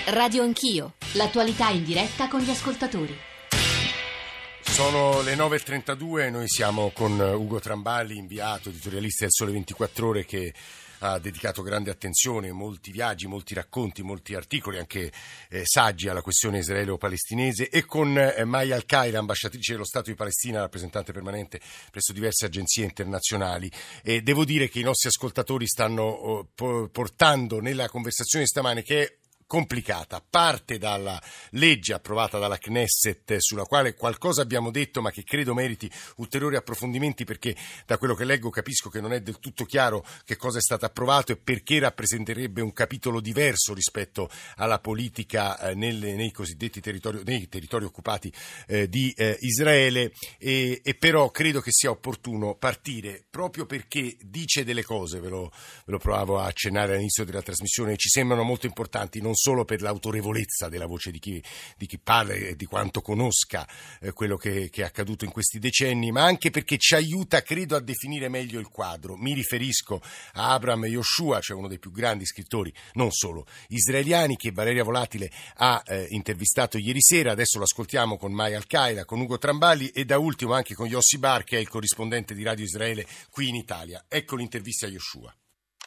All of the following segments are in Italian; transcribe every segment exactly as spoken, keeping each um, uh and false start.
Radio Anch'io, l'attualità in diretta con gli ascoltatori. Sono le nove e trentadue, noi siamo con Ugo Trambali, inviato, editorialista del Sole ventiquattro Ore, che ha dedicato grande attenzione, molti viaggi, molti racconti, molti articoli, anche eh, saggi alla questione israelo-palestinese, e con eh, Maya Al-Kaila, ambasciatrice dello Stato di Palestina, rappresentante permanente presso diverse agenzie internazionali. E devo dire che i nostri ascoltatori stanno oh, po- portando nella conversazione stamane, che è complicata, parte dalla legge approvata dalla Knesset, sulla quale qualcosa abbiamo detto ma che credo meriti ulteriori approfondimenti, perché da quello che leggo capisco che non è del tutto chiaro che cosa è stato approvato e perché rappresenterebbe un capitolo diverso rispetto alla politica eh, nelle, nei cosiddetti territori, nei territori occupati eh, di eh, Israele, e, e però credo che sia opportuno partire proprio perché dice delle cose, ve lo, ve lo provavo a accennare all'inizio della trasmissione, ci sembrano molto importanti, non solo per l'autorevolezza della voce di chi, di chi parla e di quanto conosca eh, quello che, che è accaduto in questi decenni, ma anche perché ci aiuta, credo, a definire meglio il quadro. Mi riferisco a Abraham Yoshua, cioè uno dei più grandi scrittori, non solo israeliani, che Valeria Volatile ha eh, intervistato ieri sera. Adesso lo ascoltiamo con Maya Al-Kaila, con Ugo Trambali e da ultimo anche con Yossi Bar, che è il corrispondente di Radio Israele qui in Italia. Ecco l'intervista a Yoshua.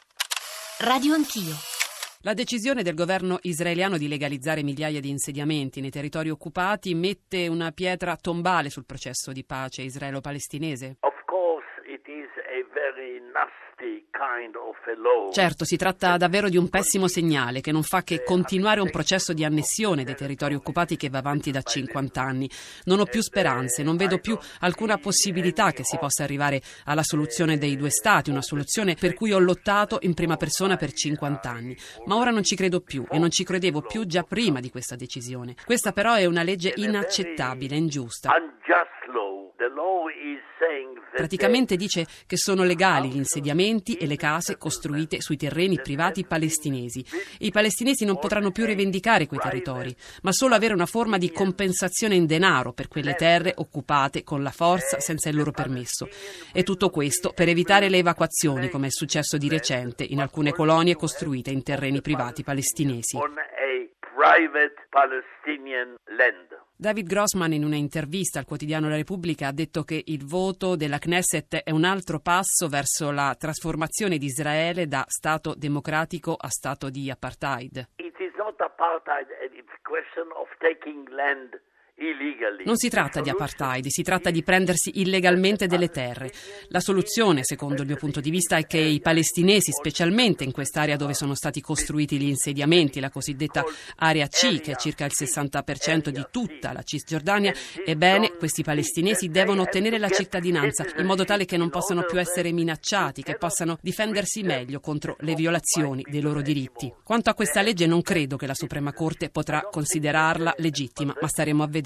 Radio Anch'io. La decisione del governo israeliano di legalizzare migliaia di insediamenti nei territori occupati mette una pietra tombale sul processo di pace israelo-palestinese? Of course it is a very nasty kind of a law. Certo, si tratta davvero di un pessimo segnale che non fa che continuare un processo di annessione dei territori occupati che va avanti da cinquanta anni. Non ho più speranze, non vedo più alcuna possibilità che si possa arrivare alla soluzione dei due stati, una soluzione per cui ho lottato in prima persona per cinquanta anni. Ma ora non ci credo più e non ci credevo più già prima di questa decisione. Questa però è una legge inaccettabile, ingiusta. Praticamente dice che sono legali gli insediamenti e le case costruite sui terreni privati palestinesi. I palestinesi non potranno più rivendicare quei territori, ma solo avere una forma di compensazione in denaro per quelle terre occupate con la forza senza il loro permesso. E tutto questo per evitare le evacuazioni, come è successo di recente in alcune colonie costruite in terreni privati palestinesi. David Grossman, in una intervista al quotidiano La Repubblica, ha detto che il voto della Knesset è un altro passo verso la trasformazione di Israele da Stato democratico a Stato di apartheid. It is not apartheid, it's a question of taking land. Non si tratta di apartheid, si tratta di prendersi illegalmente delle terre. La soluzione, secondo il mio punto di vista, è che i palestinesi, specialmente in quest'area dove sono stati costruiti gli insediamenti, la cosiddetta area C, che è circa il sessanta per cento di tutta la Cisgiordania, ebbene, questi palestinesi devono ottenere la cittadinanza in modo tale che non possano più essere minacciati, che possano difendersi meglio contro le violazioni dei loro diritti. Quanto a questa legge, non credo che la Suprema Corte potrà considerarla legittima, ma staremo a vedere.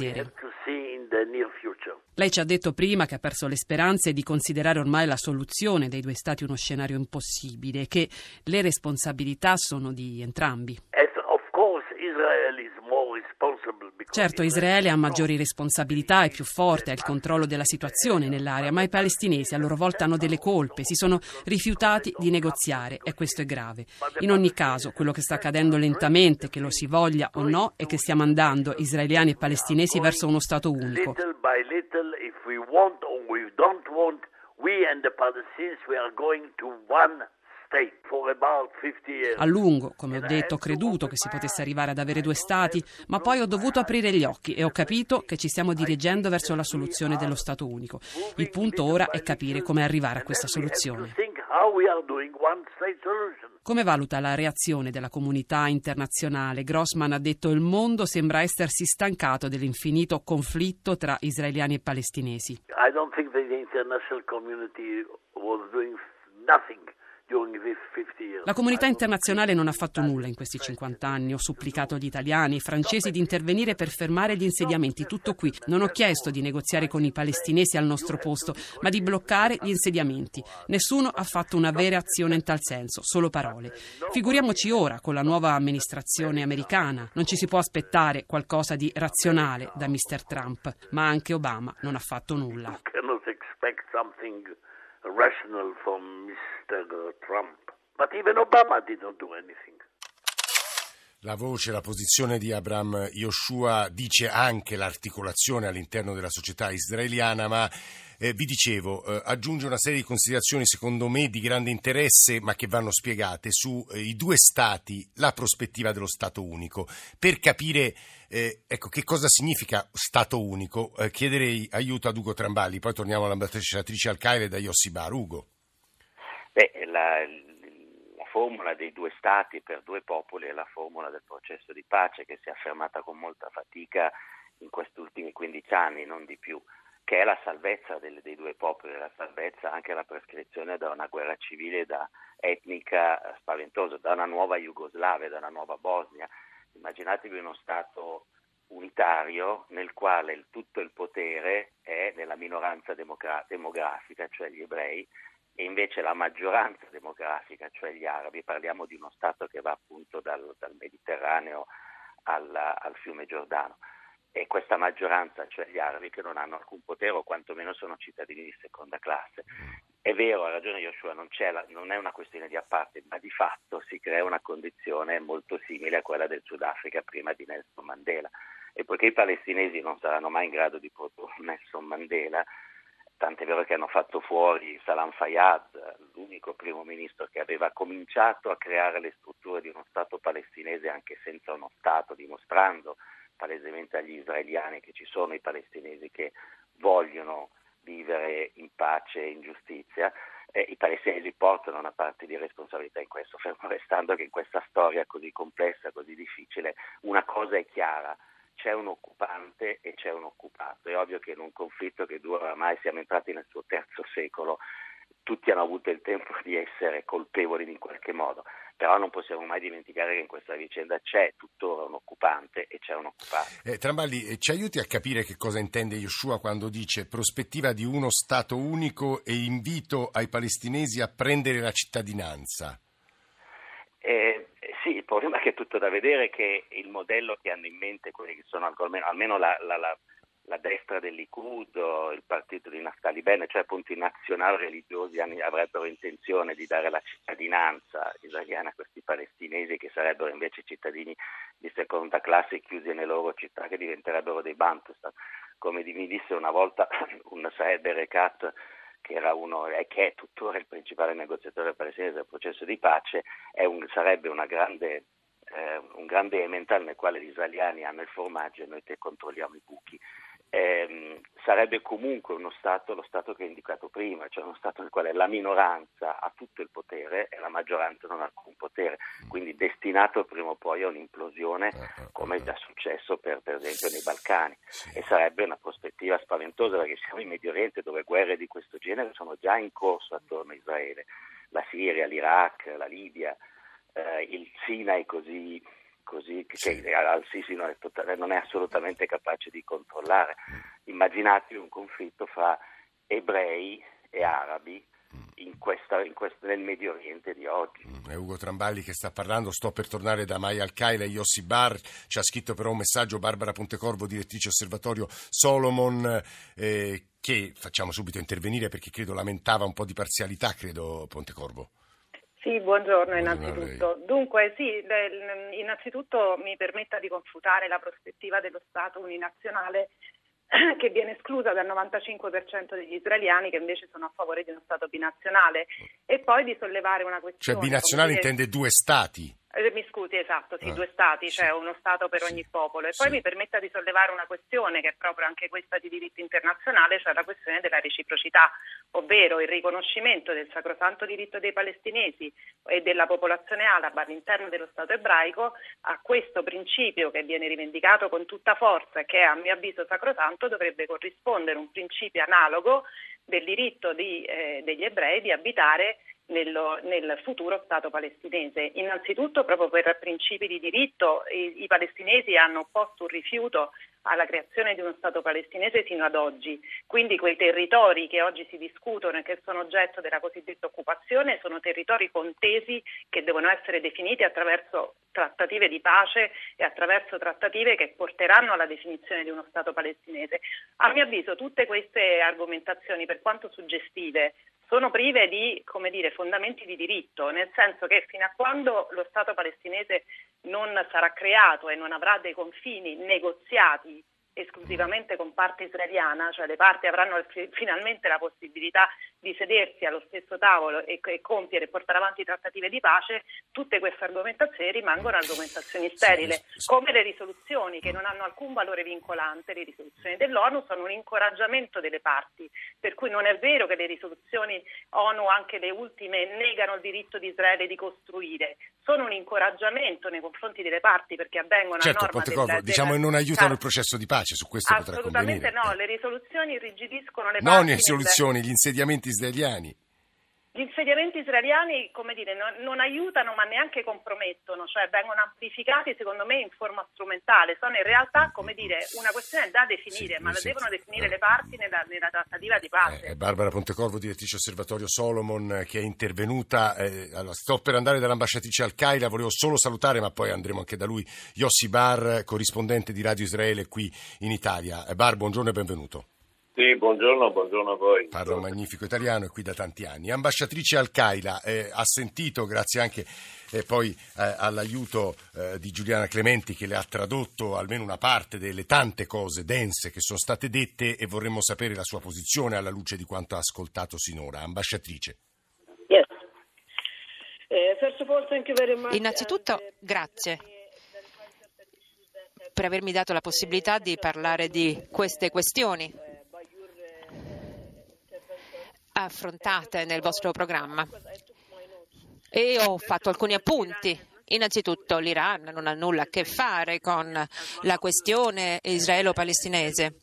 Lei ci ha detto prima che ha perso le speranze di considerare ormai la soluzione dei due stati uno scenario impossibile e che le responsabilità sono di entrambi. Certo, Israele ha maggiori responsabilità, è più forte, ha il controllo della situazione nell'area, ma i palestinesi a loro volta hanno delle colpe, si sono rifiutati di negoziare e questo è grave. In ogni caso, quello che sta accadendo lentamente, che lo si voglia o no, è che stiamo andando, israeliani e palestinesi, verso uno Stato unico. A lungo, come ho detto, ho creduto che si potesse arrivare ad avere due stati, ma poi ho dovuto aprire gli occhi e ho capito che ci stiamo dirigendo verso la soluzione dello Stato unico. Il punto ora è capire come arrivare a questa soluzione. Come valuta la reazione della comunità internazionale? Grossman ha detto che il mondo sembra essersi stancato dell'infinito conflitto tra israeliani e palestinesi. I don't think that the international community was doing nothing. La comunità internazionale non ha fatto nulla in questi cinquanta anni. Ho supplicato gli italiani e i francesi di intervenire per fermare gli insediamenti. Tutto qui. Non ho chiesto di negoziare con i palestinesi al nostro posto, ma di bloccare gli insediamenti. Nessuno ha fatto una vera azione in tal senso, solo parole. Figuriamoci ora con la nuova amministrazione americana. Non ci si può aspettare qualcosa di razionale da mister Trump, ma anche Obama non ha fatto nulla. Rational from mister Trump. But even Obama did not do anything. La voce, la posizione di Abraham Yoshua dice anche l'articolazione all'interno della società israeliana, ma eh, vi dicevo, eh, aggiunge una serie di considerazioni secondo me di grande interesse, ma che vanno spiegate su eh, i due stati, la prospettiva dello Stato unico. Per capire eh, ecco, che cosa significa Stato unico, eh, chiederei aiuto ad Ugo Tramballi, poi torniamo all'ambasciatrice Al Caire da Yossi Bar. Ugo. Beh, la... La formula dei due stati per due popoli è la formula del processo di pace che si è affermata con molta fatica in questi ultimi quindici anni, non di più, che è la salvezza delle, dei due popoli, la salvezza anche la prescrizione da una guerra civile da etnica spaventosa, da una nuova Jugoslavia, da una nuova Bosnia. Immaginatevi uno stato unitario nel quale il, tutto il potere è nella minoranza demogra- demografica, cioè gli ebrei, e invece la maggioranza demografica, cioè gli arabi. Parliamo di uno Stato che va appunto dal, dal Mediterraneo al, al fiume Giordano, e questa maggioranza, cioè gli arabi, che non hanno alcun potere o quantomeno sono cittadini di seconda classe. È vero, ha ragione Yoshua, non, c'è la, non è una questione di aparte, ma di fatto si crea una condizione molto simile a quella del Sudafrica prima di Nelson Mandela, e poiché i palestinesi non saranno mai in grado di produrre Nelson Mandela, tant'è vero che hanno fatto fuori Salam Fayyad, l'unico primo ministro che aveva cominciato a creare le strutture di uno Stato palestinese anche senza uno Stato, dimostrando palesemente agli israeliani che ci sono i palestinesi che vogliono vivere in pace e in giustizia. Eh, I palestinesi portano una parte di responsabilità in questo, fermo restando che in questa storia così complessa, così difficile, una cosa è chiara: c'è un occupante e c'è un occupato. È ovvio che in un conflitto che dura oramai, siamo entrati nel suo terzo secolo, tutti hanno avuto il tempo di essere colpevoli in qualche modo, però non possiamo mai dimenticare che in questa vicenda c'è tuttora un occupante e c'è un occupato. Eh, Tramballi, eh, ci aiuti a capire che cosa intende Yoshua quando dice prospettiva di uno Stato unico e invito ai palestinesi a prendere la cittadinanza? Eh, sì, il problema è che è tutto da vedere, che il modello che hanno in mente quelli che sono almeno, almeno la, la, la, la destra del Likud, il partito di Naftali Bennett, cioè appunto i nazionali religiosi avrebbero intenzione di dare la cittadinanza israeliana a questi palestinesi, che sarebbero invece cittadini di seconda classe chiusi nelle loro città, che diventerebbero dei Bantustan. Come mi disse una volta un Saeb Erekat, che era uno e che è tuttora il principale negoziatore palestinese del processo di pace, è un, sarebbe una grande, eh, un grande emmental nel quale gli israeliani hanno il formaggio e noi te controlliamo i buchi. Eh, sarebbe comunque uno Stato, lo Stato che ho indicato prima, cioè uno Stato nel quale la minoranza ha tutto il potere e la maggioranza non ha alcun potere, quindi destinato prima o poi a un'implosione, come è già successo per, per esempio nei Balcani. E sarebbe una prospettiva spaventosa, perché siamo in Medio Oriente dove guerre di questo genere sono già in corso attorno a Israele, la Siria, l'Iraq, la Libia, eh, il Sinai così... così che sì. Al-Sisi non è, totale, non è assolutamente capace di controllare. Immaginatevi un conflitto fra ebrei e arabi in questa, in questa, nel Medio Oriente di oggi. È Ugo Tramballi che sta parlando. Sto per tornare da Maya Al Caire e Yossi Bar. Ci ha scritto però un messaggio Barbara Pontecorvo, direttrice osservatorio Solomon, eh, che facciamo subito intervenire perché credo lamentava un po' di parzialità, credo, Pontecorvo. Sì, buongiorno innanzitutto. Dunque sì, innanzitutto mi permetta di confutare la prospettiva dello Stato uninazionale che viene esclusa dal novantacinque per cento degli israeliani, che invece sono a favore di uno Stato binazionale, e poi di sollevare una questione. Cioè binazionale intende due Stati? Eh, mi scusi, esatto, sì, ah, due Stati, sì, cioè uno Stato per sì, ogni popolo. E poi sì. mi permetta di sollevare una questione che è proprio anche questa di diritto internazionale, cioè la questione della reciprocità, ovvero il riconoscimento del sacrosanto diritto dei palestinesi e della popolazione araba all'interno dello Stato ebraico a questo principio che viene rivendicato con tutta forza e che a mio avviso sacrosanto. Dovrebbe corrispondere un principio analogo del diritto di, eh, degli ebrei di abitare Nello, nel futuro Stato palestinese. Innanzitutto, proprio per principi di diritto, i, i palestinesi hanno opposto un rifiuto alla creazione di uno Stato palestinese fino ad oggi. Quindi quei territori che oggi si discutono e che sono oggetto della cosiddetta occupazione sono territori contesi che devono essere definiti attraverso trattative di pace e attraverso trattative che porteranno alla definizione di uno Stato palestinese. A mio avviso tutte queste argomentazioni, per quanto suggestive, sono prive di, come dire, fondamenti di diritto, nel senso che fino a quando lo Stato palestinese non sarà creato e non avrà dei confini negoziati esclusivamente con parte israeliana, cioè le parti avranno finalmente la possibilità di sedersi allo stesso tavolo e, e compiere e portare avanti trattative di pace, tutte queste argomentazioni rimangono argomentazioni sterili, come le risoluzioni che non hanno alcun valore vincolante. Le risoluzioni dell'ONU sono un incoraggiamento delle parti, per cui non è vero che le risoluzioni ONU, anche le ultime, negano il diritto di Israele di costruire, sono un incoraggiamento nei confronti delle parti perché avvengono certo, a norma Pontecorvo, della, diciamo che della... non aiutano il processo di pace. Su questo assolutamente potrà no, le risoluzioni irrigidiscono le non parti. Non le risoluzioni, nel... gli insediamenti israeliani. Gli insediamenti israeliani, come dire, non, non aiutano ma neanche compromettono, cioè vengono amplificati secondo me in forma strumentale, sono in realtà, come dire, una questione da definire, sì, ma la sì, devono definire eh. le parti nella, nella trattativa di pace. Eh, Barbara Pontecorvo, direttrice Osservatorio Solomon, che è intervenuta. Eh, allora, sto per andare dall'ambasciatrice al Cairo, volevo solo salutare, ma poi andremo anche da lui, Yossi Bar, corrispondente di Radio Israele qui in Italia. Eh, Bar, buongiorno e benvenuto. Sì, buongiorno, buongiorno a voi. Parlo un magnifico italiano e qui da tanti anni. Ambasciatrice Al-Qaila, eh, ha sentito, grazie anche eh, poi eh, all'aiuto eh, di Giuliana Clementi, che le ha tradotto almeno una parte delle tante cose dense che sono state dette, e vorremmo sapere la sua posizione alla luce di quanto ha ascoltato sinora. Ambasciatrice. Yes. Uh, first of all, thank you very much. Innanzitutto, grazie per avermi dato la possibilità di parlare di queste questioni affrontate nel vostro programma, e ho fatto alcuni appunti. Innanzitutto, l'Iran non ha nulla a che fare con la questione israelo-palestinese.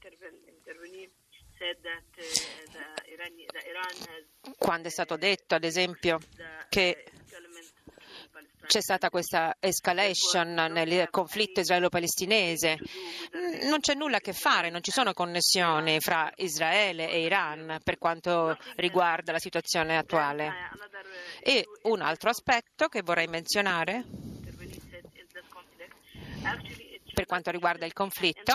Quando è stato detto, ad esempio, che c'è stata questa escalation nel conflitto israelo-palestinese, non c'è nulla a che fare, non ci sono connessioni fra Israele e Iran per quanto riguarda la situazione attuale. E un altro aspetto che vorrei menzionare per quanto riguarda il conflitto: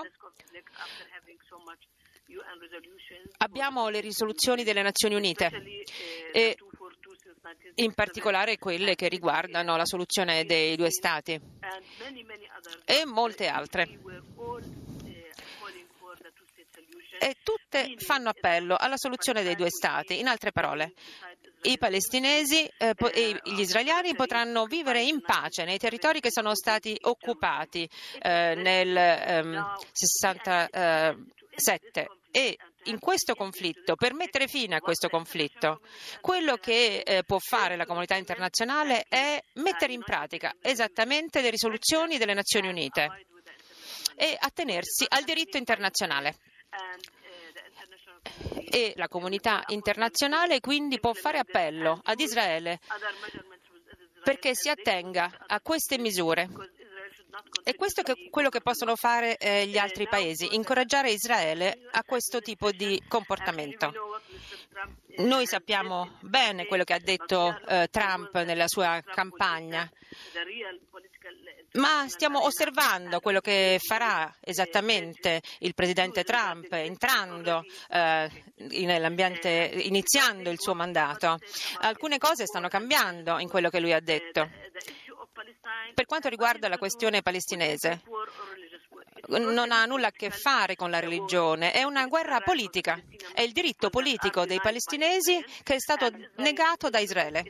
abbiamo le risoluzioni delle Nazioni Unite e in particolare quelle che riguardano la soluzione dei due Stati e molte altre. E tutte fanno appello alla soluzione dei due Stati. In altre parole, i palestinesi eh, po- e gli israeliani potranno vivere in pace nei territori che sono stati occupati eh, nel ehm, sessantasette. E in questo conflitto, per mettere fine a questo conflitto, quello che eh, può fare la comunità internazionale è mettere in pratica esattamente le risoluzioni delle Nazioni Unite e attenersi al diritto internazionale. E la comunità internazionale quindi può fare appello ad Israele perché si attenga a queste misure. E questo è quello che possono fare eh, gli altri paesi, incoraggiare Israele a questo tipo di comportamento. Noi sappiamo bene quello che ha detto eh, Trump nella sua campagna, ma stiamo osservando quello che farà esattamente il presidente Trump entrando eh, nell'ambiente, iniziando il suo mandato. Alcune cose stanno cambiando in quello che lui ha detto. Per quanto riguarda la questione palestinese, non ha nulla a che fare con la religione, è una guerra politica, è il diritto politico dei palestinesi che è stato negato da Israele.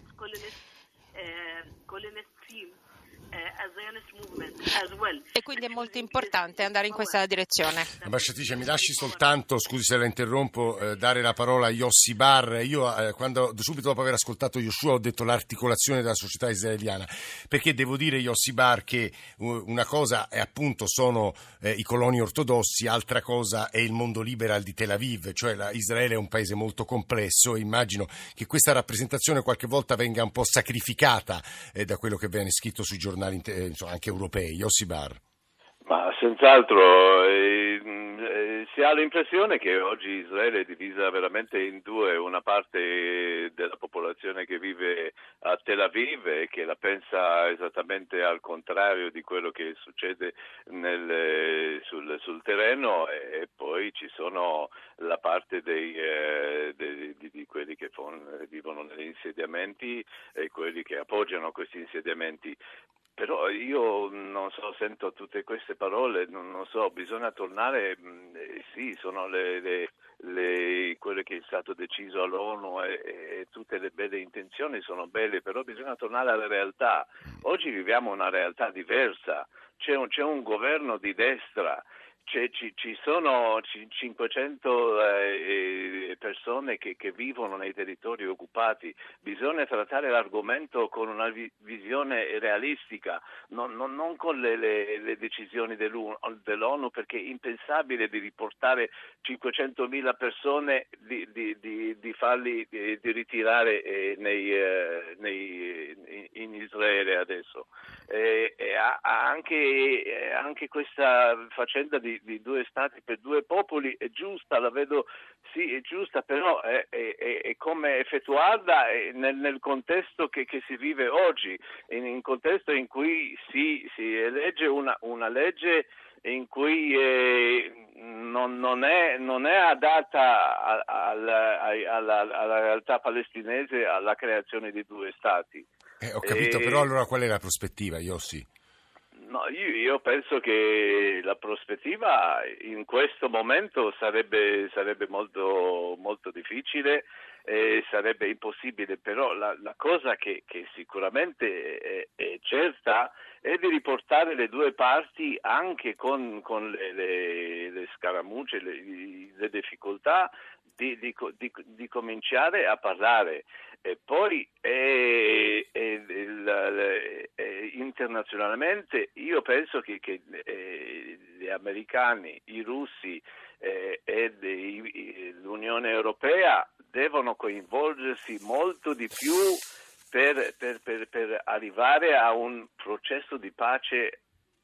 E quindi è molto importante andare in questa direzione. Ambasciatrice, mi lasci soltanto, scusi se la interrompo, eh, dare la parola a Yossi Bar. Io eh, quando subito dopo aver ascoltato Yoshua ho detto l'articolazione della società israeliana, perché devo dire, Yossi Bar, che uh, una cosa è appunto sono eh, i coloni ortodossi, altra cosa è il mondo liberal di Tel Aviv, cioè la, Israele è un paese molto complesso e immagino che questa rappresentazione qualche volta venga un po' sacrificata eh, da quello che viene scritto sui giornali insomma, anche europei. Yossi Bar. Ma senz'altro eh, eh, Si ha l'impressione che oggi Israele è divisa veramente in due, una parte della popolazione che vive a Tel Aviv e che la pensa esattamente al contrario di quello che succede nel, sul, sul terreno, e poi ci sono la parte dei, eh, dei, di, di quelli che fon, vivono negli insediamenti e quelli che appoggiano questi insediamenti. Però io non so, sento tutte queste parole, non, non so, bisogna tornare, eh, sì, sono le, le, le, quello che è stato deciso all'ONU e, e tutte le belle intenzioni sono belle, però bisogna tornare alla realtà. Oggi viviamo una realtà diversa, c'è un, c'è un governo di destra. C'è, ci, ci sono cinquecento eh, persone che, che vivono nei territori occupati. Bisogna trattare l'argomento con una vi, visione realistica, non, non, non con le, le, le decisioni dell'ONU, perché è impensabile di riportare cinquecentomila persone, di, di, di, di farli di, di ritirare eh, nei, eh, nei, in Israele adesso. Eh, e anche, eh, anche questa faccenda di di due stati per due popoli è giusta, la vedo, sì, è giusta, però è, è, è come effettuarla nel, nel contesto che, che si vive oggi, in un contesto in cui si, si elegge una, una legge in cui eh, non, non, è, non è adatta a, a, alla, alla, alla realtà palestinese, alla creazione di due stati. Eh, ho capito, e... però allora qual è la prospettiva, Yossi? No, io, io penso che la prospettiva in questo momento sarebbe, sarebbe molto, molto difficile e sarebbe impossibile, però la, la cosa che, che sicuramente è, è certa è di riportare le due parti anche con, con le, le, le scaramucce, le, le difficoltà, di, di, di, di cominciare a parlare. E poi eh, eh, eh, eh, internazionalmente io penso che, che eh, gli americani, i russi eh, e de, l'Unione Europea devono coinvolgersi molto di più per, per, per, per arrivare a un processo di pace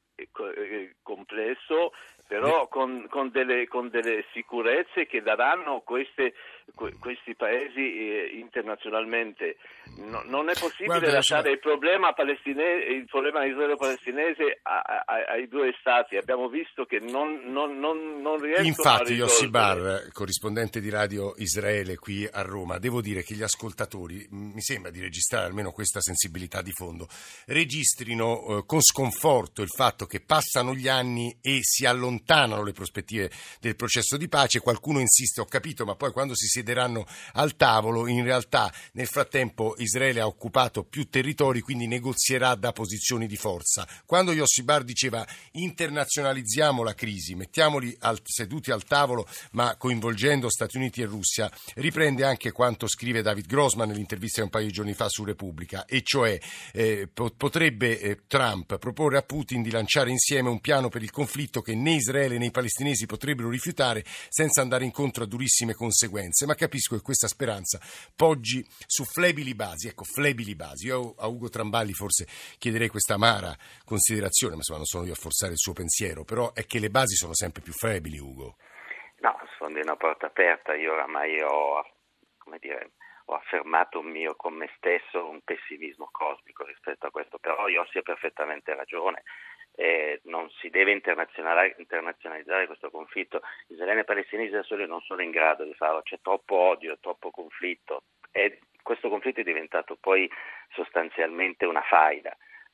eh, complesso, però con, con, delle, con delle sicurezze che daranno queste, questi paesi eh, internazionalmente. No, non è possibile Guarda, lasciare sono... il problema palestinese, il problema israelo-palestinese a, a, ai due stati. Abbiamo visto che non, non, non, non riescono Infatti, a risolvere. Yossi Bar, corrispondente di Radio Israele qui a Roma, devo dire che gli ascoltatori, mi sembra di registrare almeno questa sensibilità di fondo, registrino eh, con sconforto il fatto che passano gli anni e si allontanano le prospettive del processo di pace. Qualcuno insiste, ho capito, ma poi quando si siederanno al tavolo, in realtà nel frattempo Israele ha occupato più territori, quindi negozierà da posizioni di forza. Quando Yossi Bar diceva internazionalizziamo la crisi, mettiamoli al, seduti al tavolo ma coinvolgendo Stati Uniti e Russia, riprende anche quanto scrive David Grossman nell'intervista di un paio di giorni fa su Repubblica, e cioè eh, potrebbe eh, Trump proporre a Putin di lanciare insieme un piano per il conflitto che né Israele né i palestinesi potrebbero rifiutare senza andare incontro a durissime conseguenze, ma capisco che questa speranza poggi su flebili basi. Ecco, flebili basi. Io a Ugo Tramballi forse chiederei questa amara considerazione, ma insomma non sono io a forzare il suo pensiero, però è che le basi sono sempre più flebili, Ugo. No, sfondi una porta aperta. Io oramai ho, come dire, ho affermato un mio con me stesso un pessimismo cosmico rispetto a questo, però io ho perfettamente ragione. Eh, non si deve internazionalizzare questo conflitto. Israele e palestinesi da soli non sono in grado di farlo, c'è troppo odio, troppo conflitto, e questo conflitto è diventato poi sostanzialmente una faida.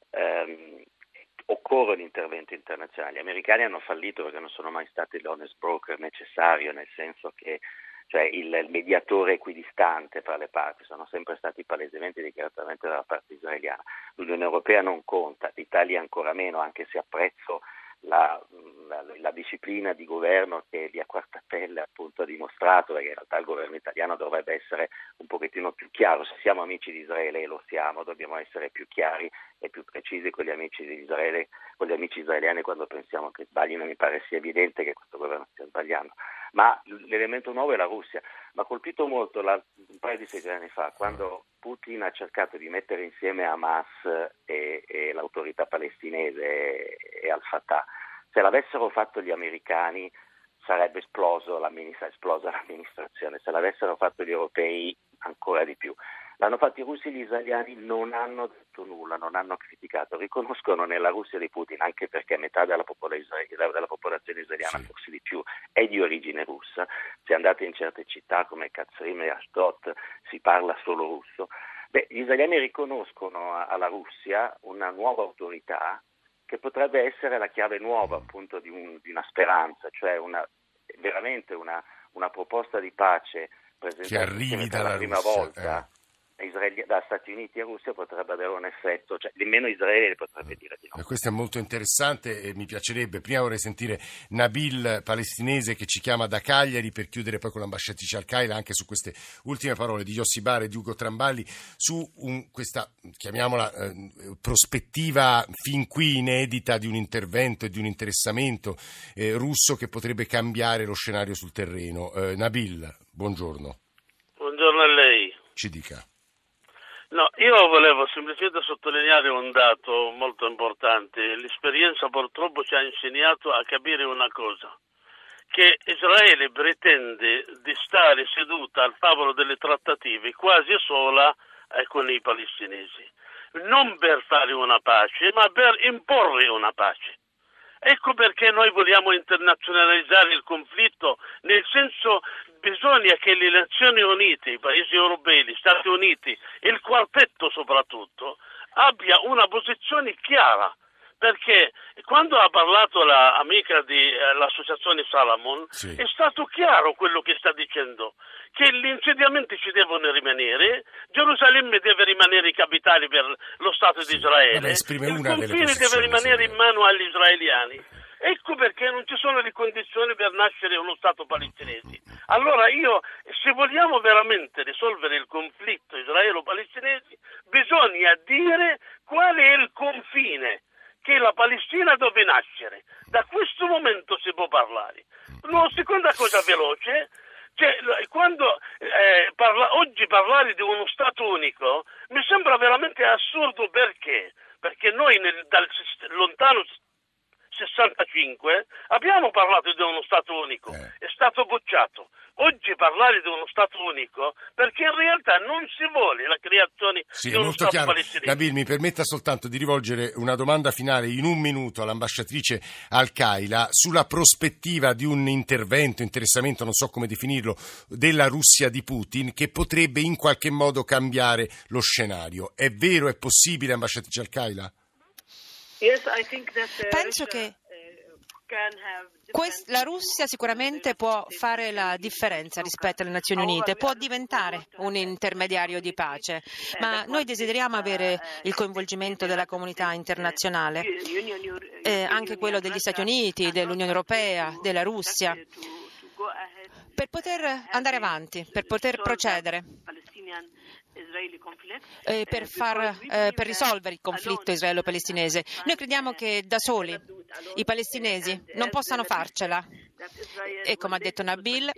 Eh, occorre l'intervento internazionale. Gli americani hanno fallito perché non sono mai stati l'honest broker necessario, nel senso che cioè il, il mediatore equidistante tra le parti, sono sempre stati palesemente dichiaratamente dalla parte israeliana. L'Unione Europea non conta, l'Italia ancora meno, anche se apprezzo la, la, la disciplina di governo che via Quarta Pelle appunto ha dimostrato, perché in realtà il governo italiano dovrebbe essere un pochettino più chiaro. Se siamo amici di Israele, e lo siamo, dobbiamo essere più chiari e più precisi con gli amici di Israele, con gli amici israeliani quando pensiamo che sbaglino. Mi pare sia evidente che questo governo stia sbagliando. Ma l'elemento nuovo è la Russia. Mi ha colpito molto la, un paio di settimane fa, quando Putin ha cercato di mettere insieme Hamas e, e l'autorità palestinese e, e Al-Fatah. Se l'avessero fatto gli americani, sarebbe esploso esplosa l'amministrazione. Se l'avessero fatto gli europei, ancora di più. L'hanno fatto i russi e gli israeliani, non hanno detto nulla, non hanno criticato, riconoscono nella Russia di Putin, anche perché metà della, popola israel- della popolazione israeliana, sì, forse di più, è di origine russa. Se andate in certe città come Kazrim e Ashdod si parla solo russo. Beh, gli israeliani riconoscono alla Russia una nuova autorità che potrebbe essere la chiave nuova, appunto, di, un, di una speranza, cioè una, veramente una, una proposta di pace che arrivi per dalla la prima Russia, volta. Eh. Israeli, da Stati Uniti e Russia potrebbe avere un effetto, cioè nemmeno Israele potrebbe dire di no. E questo è molto interessante e mi piacerebbe. Prima vorrei sentire Nabil, palestinese, che ci chiama da Cagliari, per chiudere poi con l'ambasciatrice Al-Qaeda anche su queste ultime parole di Yossi Bar e di Ugo Tramballi su un, questa, chiamiamola, eh, prospettiva fin qui inedita di un intervento e di un interessamento eh, russo che potrebbe cambiare lo scenario sul terreno. Eh, Nabil, buongiorno. Buongiorno a lei. Ci dica. No, io volevo semplicemente sottolineare un dato molto importante. L'esperienza purtroppo ci ha insegnato a capire una cosa, che Israele pretende di stare seduta al tavolo delle trattative quasi sola eh, con i palestinesi, non per fare una pace, ma per imporre una pace. Ecco perché noi vogliamo internazionalizzare il conflitto, nel senso bisogna che le Nazioni Unite, i paesi europei, gli Stati Uniti, il quartetto soprattutto, abbia una posizione chiara, perché quando ha parlato l'amica dell'associazione eh, Salamon, sì, è stato chiaro quello che sta dicendo, che gli insediamenti ci devono rimanere, Gerusalemme deve rimanere capitale per lo Stato sì, di Israele, il confine deve rimanere in mano agli israeliani. Ecco perché non ci sono le condizioni per nascere uno Stato palestinese. Allora io, se vogliamo veramente risolvere il conflitto israelo-palestinese, bisogna dire qual è il confine, che la Palestina deve nascere. Da questo momento si può parlare. Una seconda cosa veloce, cioè, quando eh, parla, oggi parlare di uno Stato unico mi sembra veramente assurdo. Perché? Perché noi nel, dal lontano sessantacinque abbiamo parlato di uno Stato unico, eh. è stato bocciato. Oggi parlare di uno Stato unico, perché in realtà non si vuole la creazione sì, di uno Stato chiaro. palestinese. Nabil, mi permetta soltanto di rivolgere una domanda finale in un minuto all'ambasciatrice Al-Qaeda sulla prospettiva di un intervento, interessamento, non so come definirlo, della Russia di Putin, che potrebbe in qualche modo cambiare lo scenario. È vero, è possibile, ambasciatrice Al-Qaeda? Penso che Quest, la Russia sicuramente può fare la differenza rispetto alle Nazioni Unite, può diventare un intermediario di pace, ma noi desideriamo avere il coinvolgimento della comunità internazionale, eh, anche quello degli Stati Uniti, dell'Unione Europea, della Russia, per poter andare avanti, per poter procedere. Eh, per, far, eh, per risolvere il conflitto israelo-palestinese. Noi crediamo che da soli i palestinesi non possano farcela e, come ha detto Nabil,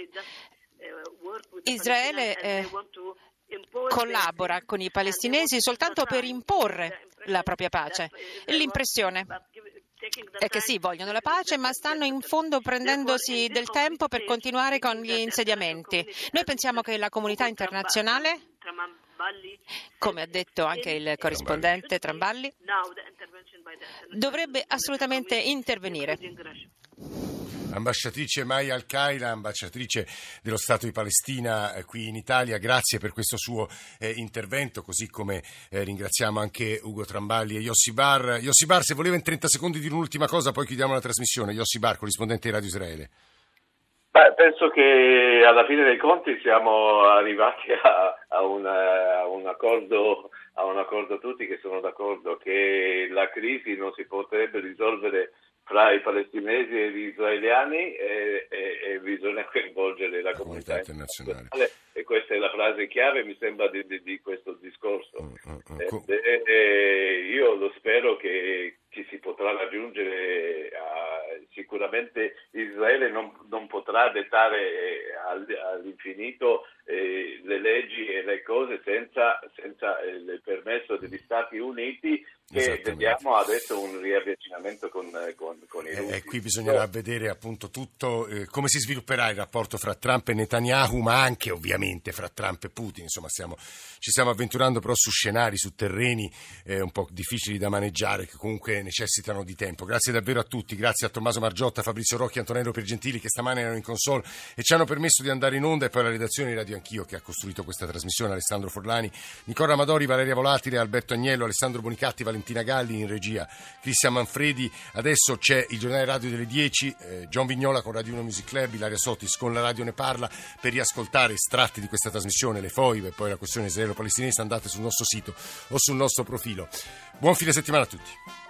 Israele eh, collabora con i palestinesi soltanto per imporre la propria pace. L'impressione è che sì, vogliono la pace, ma stanno in fondo prendendosi del tempo per continuare con gli insediamenti. Noi pensiamo che la comunità internazionale, come ha detto anche il corrispondente Tramballi, dovrebbe assolutamente intervenire. Ambasciatrice Maya Al-Qaeda, ambasciatrice dello Stato di Palestina eh, qui in Italia, grazie per questo suo eh, intervento, così come eh, ringraziamo anche Ugo Tramballi e Yossi Bar. Yossi Bar, se voleva in trenta secondi dire un'ultima cosa, poi chiudiamo la trasmissione. Yossi Bar, corrispondente di Radio Israele. Beh, penso che alla fine dei conti siamo arrivati a, a, una, a un accordo, a un accordo tutti che sono d'accordo che la crisi non si potrebbe risolvere fra i palestinesi e gli israeliani e, e, e bisogna coinvolgere la, la comunità, comunità internazionale. internazionale e questa è la frase chiave, mi sembra, di, di, di questo discorso. Mm, mm, mm. E, e io lo spero che ci si potrà raggiungere. A, sicuramente Israele non, non potrà dettare al, all'infinito eh, le leggi e le cose senza, senza il permesso degli Stati Uniti, che vediamo adesso un riavvicinamento con, con, con i russi. E qui bisognerà vedere appunto tutto eh, come si svilupperà il rapporto fra Trump e Netanyahu, ma anche ovviamente fra Trump e Putin. Insomma, stiamo, ci stiamo avventurando però su scenari, su terreni eh, un po' difficili da maneggiare, che comunque necessitano di tempo. Grazie davvero a tutti, grazie a Tommaso Margiotta, Fabrizio Rocchi, Antonello Piergentili, che stamane erano in console e ci hanno permesso di andare in onda, e poi alla redazione di Radio Anch'io che ha costruito questa trasmissione, Alessandro Forlani, Nicola Amadori, Valeria Volatile, Alberto Agnello, Alessandro Bonicatti, Valentina Galli in regia, Cristian Manfredi. Adesso c'è il giornale radio delle dieci, eh, John Vignola con Radio uno Music Club, Ilaria Sotis con La Radio Ne Parla. Per riascoltare estratti di questa trasmissione, le foibe e poi la questione israelo-palestinese, andate sul nostro sito o sul nostro profilo. Buon fine settimana a tutti.